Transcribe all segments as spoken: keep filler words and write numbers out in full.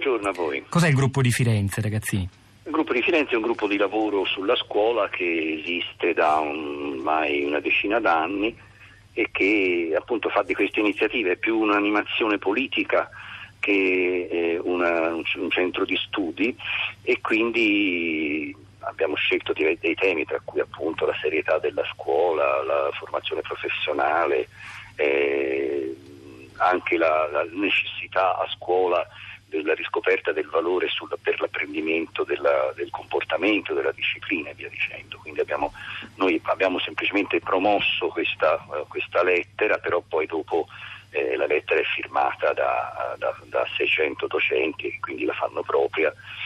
buongiorno a voi. Cos'è il gruppo di Firenze, ragazzini? Il gruppo di Firenze è un gruppo di lavoro sulla scuola che esiste da un, ormai una decina d'anni e che appunto fa di queste iniziative più un'animazione politica che eh, una, un centro di studi, e quindi abbiamo scelto dei, dei temi tra cui appunto la serietà della scuola, la formazione professionale, eh, anche la, la necessità a scuola della riscoperta del valore sulla, per l'apprendimento della, del comportamento, della disciplina e via dicendo. Quindi abbiamo, noi abbiamo semplicemente promosso questa, questa lettera, però poi dopo eh, la lettera è firmata da, da, da seicento docenti e quindi la fanno propria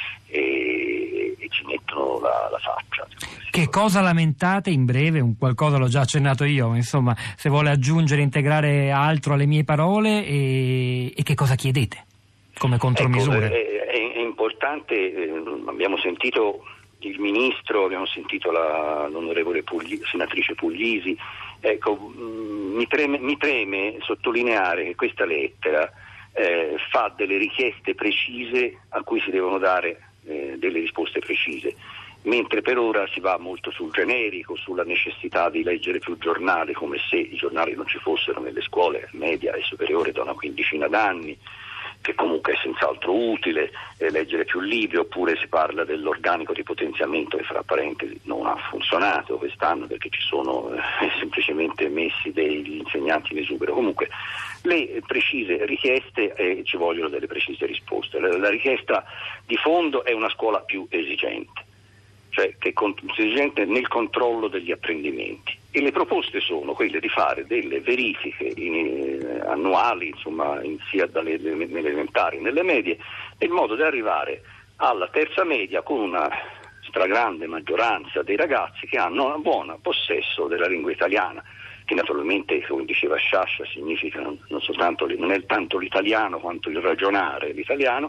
e, e ci mettono la, la faccia. Che cosa lamentate in breve? Un qualcosa l'ho già accennato io, insomma, se vuole aggiungere, integrare altro alle mie parole, e, e che cosa chiedete come contromisure? Ecco, è, è, è importante, eh, abbiamo sentito il ministro, abbiamo sentito la, l'onorevole Pugli, senatrice Puglisi. Ecco, mh, mi, preme, mi preme sottolineare che questa lettera eh, fa delle richieste precise a cui si devono dare eh, delle risposte precise, mentre per ora si va molto sul generico, sulla necessità di leggere più giornali, come se i giornali non ci fossero nelle scuole media e superiori da una quindicina d'anni, che comunque è senz'altro utile, eh, leggere più libri, oppure si parla dell'organico di potenziamento che fra parentesi non ha funzionato quest'anno perché ci sono eh, semplicemente messi degli insegnanti in esubero. Comunque le precise richieste e eh, ci vogliono delle precise risposte. La, la richiesta di fondo è una scuola più esigente, cioè che è esigente nel controllo degli apprendimenti, e le proposte sono quelle di fare delle verifiche in, eh, annuali, insomma, in, sia dalle, nelle elementari, nelle medie, in modo da arrivare alla terza media con una stragrande maggioranza dei ragazzi che hanno un buon possesso della lingua italiana, che naturalmente, come diceva Sciascia, significa non, non soltanto non è tanto l'italiano quanto il ragionare l'italiano,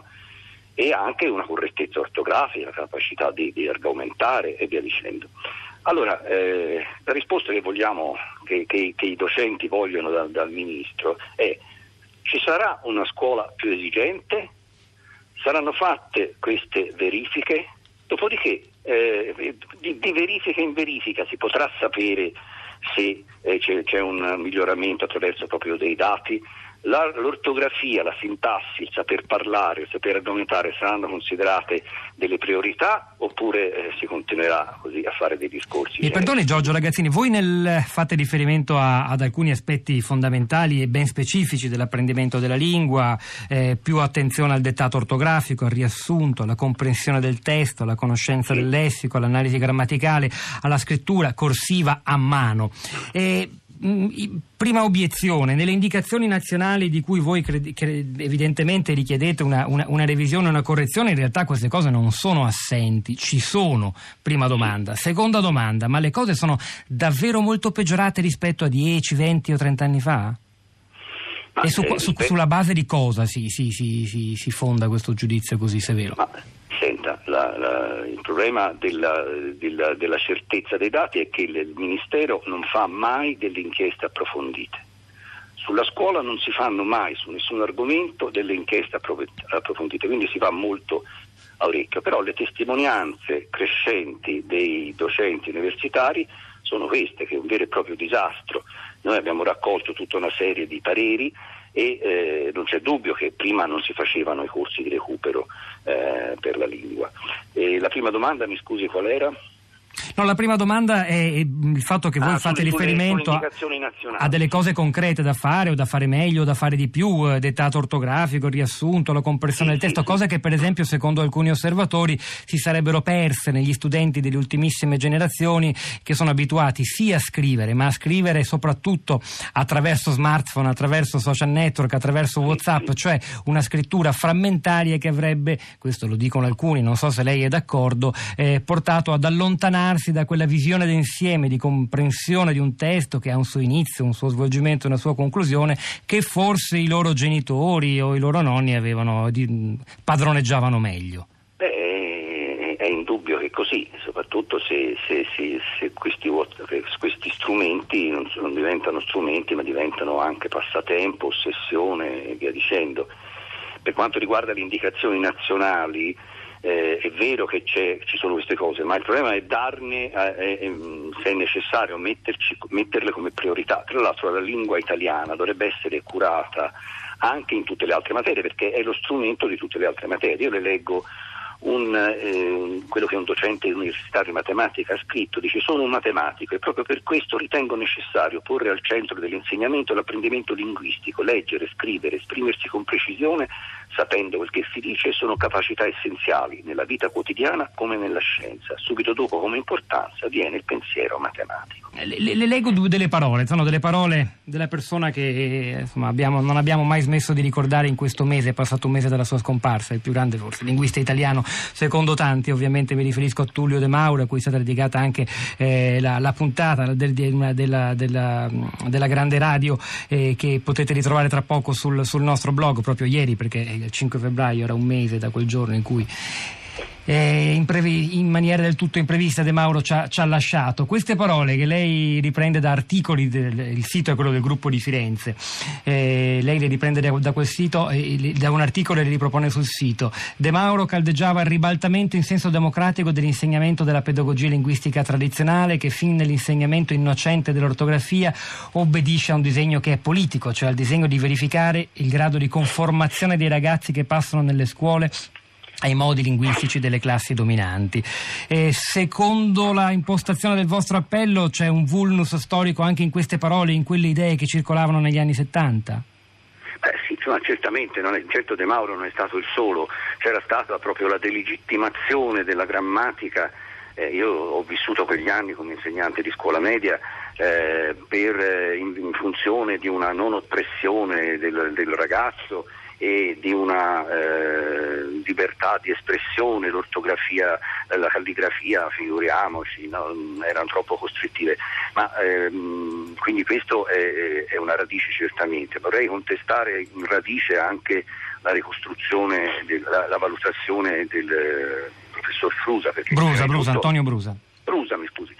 e anche una correttezza ortografica, la capacità di, di argomentare e via dicendo. Allora, eh, la risposta che vogliamo, che, che, che i docenti vogliono da, dal Ministro è: ci sarà una scuola più esigente, saranno fatte queste verifiche, dopodiché eh, di, di verifica in verifica si potrà sapere se eh, c'è, c'è un miglioramento attraverso proprio dei dati. La, l'ortografia, la sintassi, il saper parlare, il saper argomentare saranno considerate delle priorità, oppure eh, si continuerà così a fare dei discorsi? Mi perdoni Giorgio Ragazzini, voi nel, fate riferimento a, ad alcuni aspetti fondamentali e ben specifici dell'apprendimento della lingua, eh, più attenzione al dettato ortografico, al riassunto, alla comprensione del testo, alla conoscenza sì. del lessico, all'analisi grammaticale, alla scrittura corsiva a mano. E, prima obiezione: nelle indicazioni nazionali di cui voi credi, cred, evidentemente richiedete una, una, una revisione, una correzione, in realtà queste cose non sono assenti, ci sono. Prima domanda. Seconda domanda: ma le cose sono davvero molto peggiorate rispetto a dieci, venti o trenta anni fa? Ma e su, eh, su, sulla base di cosa si, si, si, si, si fonda questo giudizio così severo? Ma senta, la, la, il problema della, della, della certezza dei dati è che il Ministero non fa mai delle inchieste approfondite. Sulla scuola non si fanno mai, su nessun argomento, delle inchieste approfondite, quindi si va molto a orecchio. Però le testimonianze crescenti dei docenti universitari sono queste, che è un vero e proprio disastro. Noi abbiamo raccolto tutta una serie di pareri e eh, non c'è dubbio che prima non si facevano i corsi di recupero eh, per la lingua. E la prima domanda, mi scusi, qual era? No, la prima domanda è il fatto che voi ah, fate sulle, riferimento sulle a, a delle cose concrete da fare, o da fare meglio, o da fare di più, eh, dettato ortografico, riassunto, la comprensione sì, del testo, sì, cose sì. che per esempio secondo alcuni osservatori si sarebbero perse negli studenti delle ultimissime generazioni, che sono abituati sì a scrivere, ma a scrivere soprattutto attraverso smartphone, attraverso social network, attraverso WhatsApp, sì, sì. cioè una scrittura frammentaria che avrebbe, questo lo dicono alcuni, non so se lei è d'accordo, eh, portato ad allontanare da quella visione d'insieme, di comprensione di un testo che ha un suo inizio, un suo svolgimento, una sua conclusione, che forse i loro genitori o i loro nonni avevano, di, padroneggiavano meglio. Beh, è indubbio che è così, soprattutto se, se, se, se questi, questi strumenti non, non diventano strumenti, ma diventano anche passatempo, ossessione e via dicendo. Per quanto riguarda le indicazioni nazionali, eh, è vero che c'è, ci sono queste cose, ma il problema è darne, eh, eh, se è necessario, metterci, metterle come priorità. Tra l'altro la lingua italiana dovrebbe essere curata anche in tutte le altre materie, perché è lo strumento di tutte le altre materie. Io le leggo un, eh, quello che un docente universitario di matematica ha scritto, dice: sono un matematico e proprio per questo ritengo necessario porre al centro dell'insegnamento l'apprendimento linguistico. Leggere, scrivere, esprimersi con precisione sapendo quel che si dice sono capacità essenziali nella vita quotidiana come nella scienza. Subito dopo, come importanza, viene il pensiero matematico. Le, le, le leggo due delle parole, sono delle parole della persona che insomma abbiamo, non abbiamo mai smesso di ricordare in questo mese, è passato un mese dalla sua scomparsa, il più grande forse linguista italiano secondo tanti. Ovviamente mi riferisco a Tullio De Mauro, a cui è stata dedicata anche eh, la, la puntata del, della, della, della, della grande radio, eh, che potete ritrovare tra poco sul, sul nostro blog, proprio ieri, perché il cinque febbraio era un mese da quel giorno in cui Eh, in, previ, in maniera del tutto imprevista De Mauro ci ha, ci ha lasciato. Queste parole che lei riprende da articoli, del, il sito è quello del gruppo di Firenze, eh, lei le riprende da, da quel sito, eh, da un articolo e le ripropone sul sito. De Mauro caldeggiava il ribaltamento in senso democratico dell'insegnamento della pedagogia linguistica tradizionale, che fin nell'insegnamento innocente dell'ortografia obbedisce a un disegno che è politico, cioè al disegno di verificare il grado di conformazione dei ragazzi che passano nelle scuole ai modi linguistici delle classi dominanti. E secondo la impostazione del vostro appello c'è un vulnus storico anche in queste parole, in quelle idee che circolavano negli anni settanta? Beh sì, insomma, certamente, non è, certo De Mauro non è stato il solo, c'era stata proprio la delegittimazione della grammatica. Eh, io ho vissuto quegli anni come insegnante di scuola media eh, per, eh, in, in funzione di una non oppressione del, del ragazzo e di una eh, libertà di espressione. L'ortografia, la calligrafia, figuriamoci, no, erano troppo costrittive, ma ehm, quindi questo è, è una radice certamente. Vorrei contestare in radice anche la ricostruzione, del, la, la valutazione del eh, professor Frusa, perché Brusa, Brusa, tutto, Antonio Brusa. Brusa, mi scusi.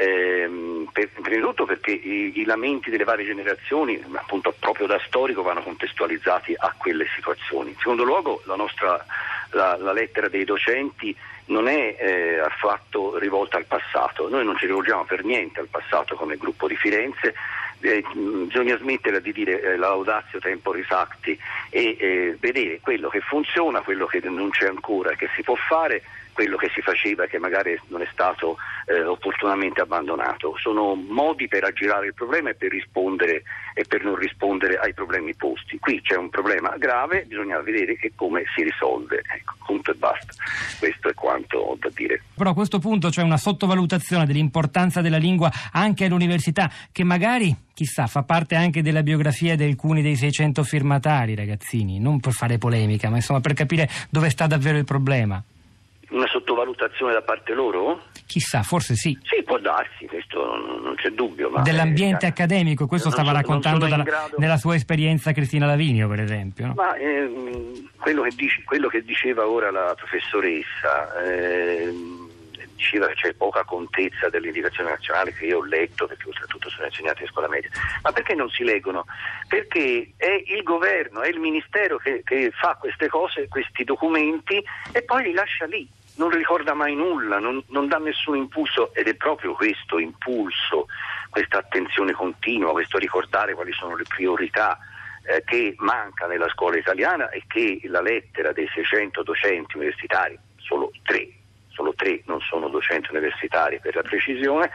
Eh, per, prima di tutto perché i, i lamenti delle varie generazioni, appunto proprio da storico, vanno contestualizzati a quelle situazioni. In secondo luogo, la nostra la, la lettera dei docenti non è eh, affatto rivolta al passato. Noi non ci rivolgiamo per niente al passato come gruppo di Firenze. Eh, bisogna smettere di dire eh, laudatio temporis acti e eh, vedere quello che funziona, quello che non c'è ancora e che si può fare, quello che si faceva e che magari non è stato eh, opportunamente abbandonato. Sono modi per aggirare il problema e per rispondere e per non rispondere ai problemi posti. Qui c'è un problema grave, bisogna vedere che come si risolve. Ecco, punto e basta. Questo è quanto ho da dire. Però a questo punto c'è una sottovalutazione dell'importanza della lingua anche all'università, che magari, chissà, fa parte anche della biografia di alcuni dei seicento firmatari, ragazzini, non per fare polemica, ma insomma per capire dove sta davvero il problema. Una sottovalutazione da parte loro? Chissà, forse sì. Sì, può darsi, questo non, non c'è dubbio. Ma dell'ambiente è, accademico, questo stava so, raccontando dalla, grado... nella sua esperienza Cristina Lavinio, per esempio. No? Ma ehm, quello, che dice, quello che diceva ora la professoressa, ehm, diceva che c'è poca contezza dell'indicazione nazionale, che io ho letto, perché oltretutto sono insegnante di scuola media. Ma perché non si leggono? Perché è il governo, è il ministero che, che fa queste cose, questi documenti, e poi li lascia lì. Non ricorda mai nulla, non, non dà nessun impulso, ed è proprio questo impulso, questa attenzione continua, questo ricordare quali sono le priorità eh, che manca nella scuola italiana, e che la lettera dei seicento docenti universitari, solo tre, solo tre non sono docenti universitari per la precisione,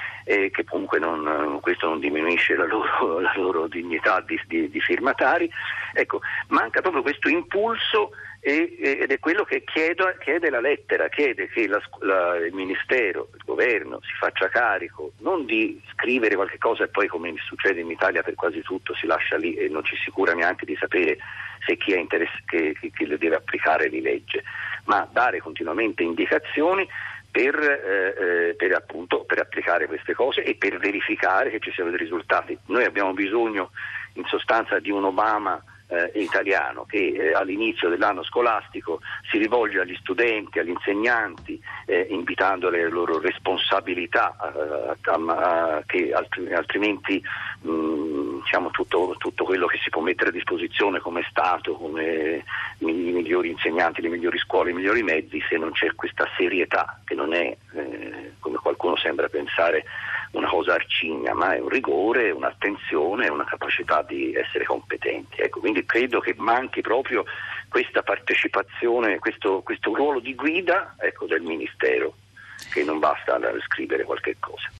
e che comunque non, questo non diminuisce la loro, la loro dignità di, di, di firmatari. Ecco, manca proprio questo impulso, e, ed è quello che chiede, chiede la lettera, chiede che la, la, il Ministero, il governo si faccia carico non di scrivere qualche cosa e poi, come succede in Italia per quasi tutto, si lascia lì e non ci si cura neanche di sapere se chi è interess- che, che, che le deve applicare li legge, ma dare continuamente indicazioni per, eh, per appunto per applicare queste cose e per verificare che ci siano dei risultati. Noi abbiamo bisogno in sostanza di un Obama eh, italiano che eh, all'inizio dell'anno scolastico si rivolge agli studenti, agli insegnanti, eh, invitandoli alle loro responsabilità, eh, a, a, che altri, altrimenti mh, diciamo tutto, tutto quello che si può mettere a disposizione come Stato, come i migliori insegnanti, le migliori scuole, i migliori mezzi, se non c'è questa serietà che non è, eh, come qualcuno sembra pensare, una cosa arcigna, ma è un rigore, un'attenzione, una capacità di essere competenti. Ecco, quindi credo che manchi proprio questa partecipazione, questo, questo ruolo di guida, ecco, del Ministero, che non basta scrivere qualche cosa.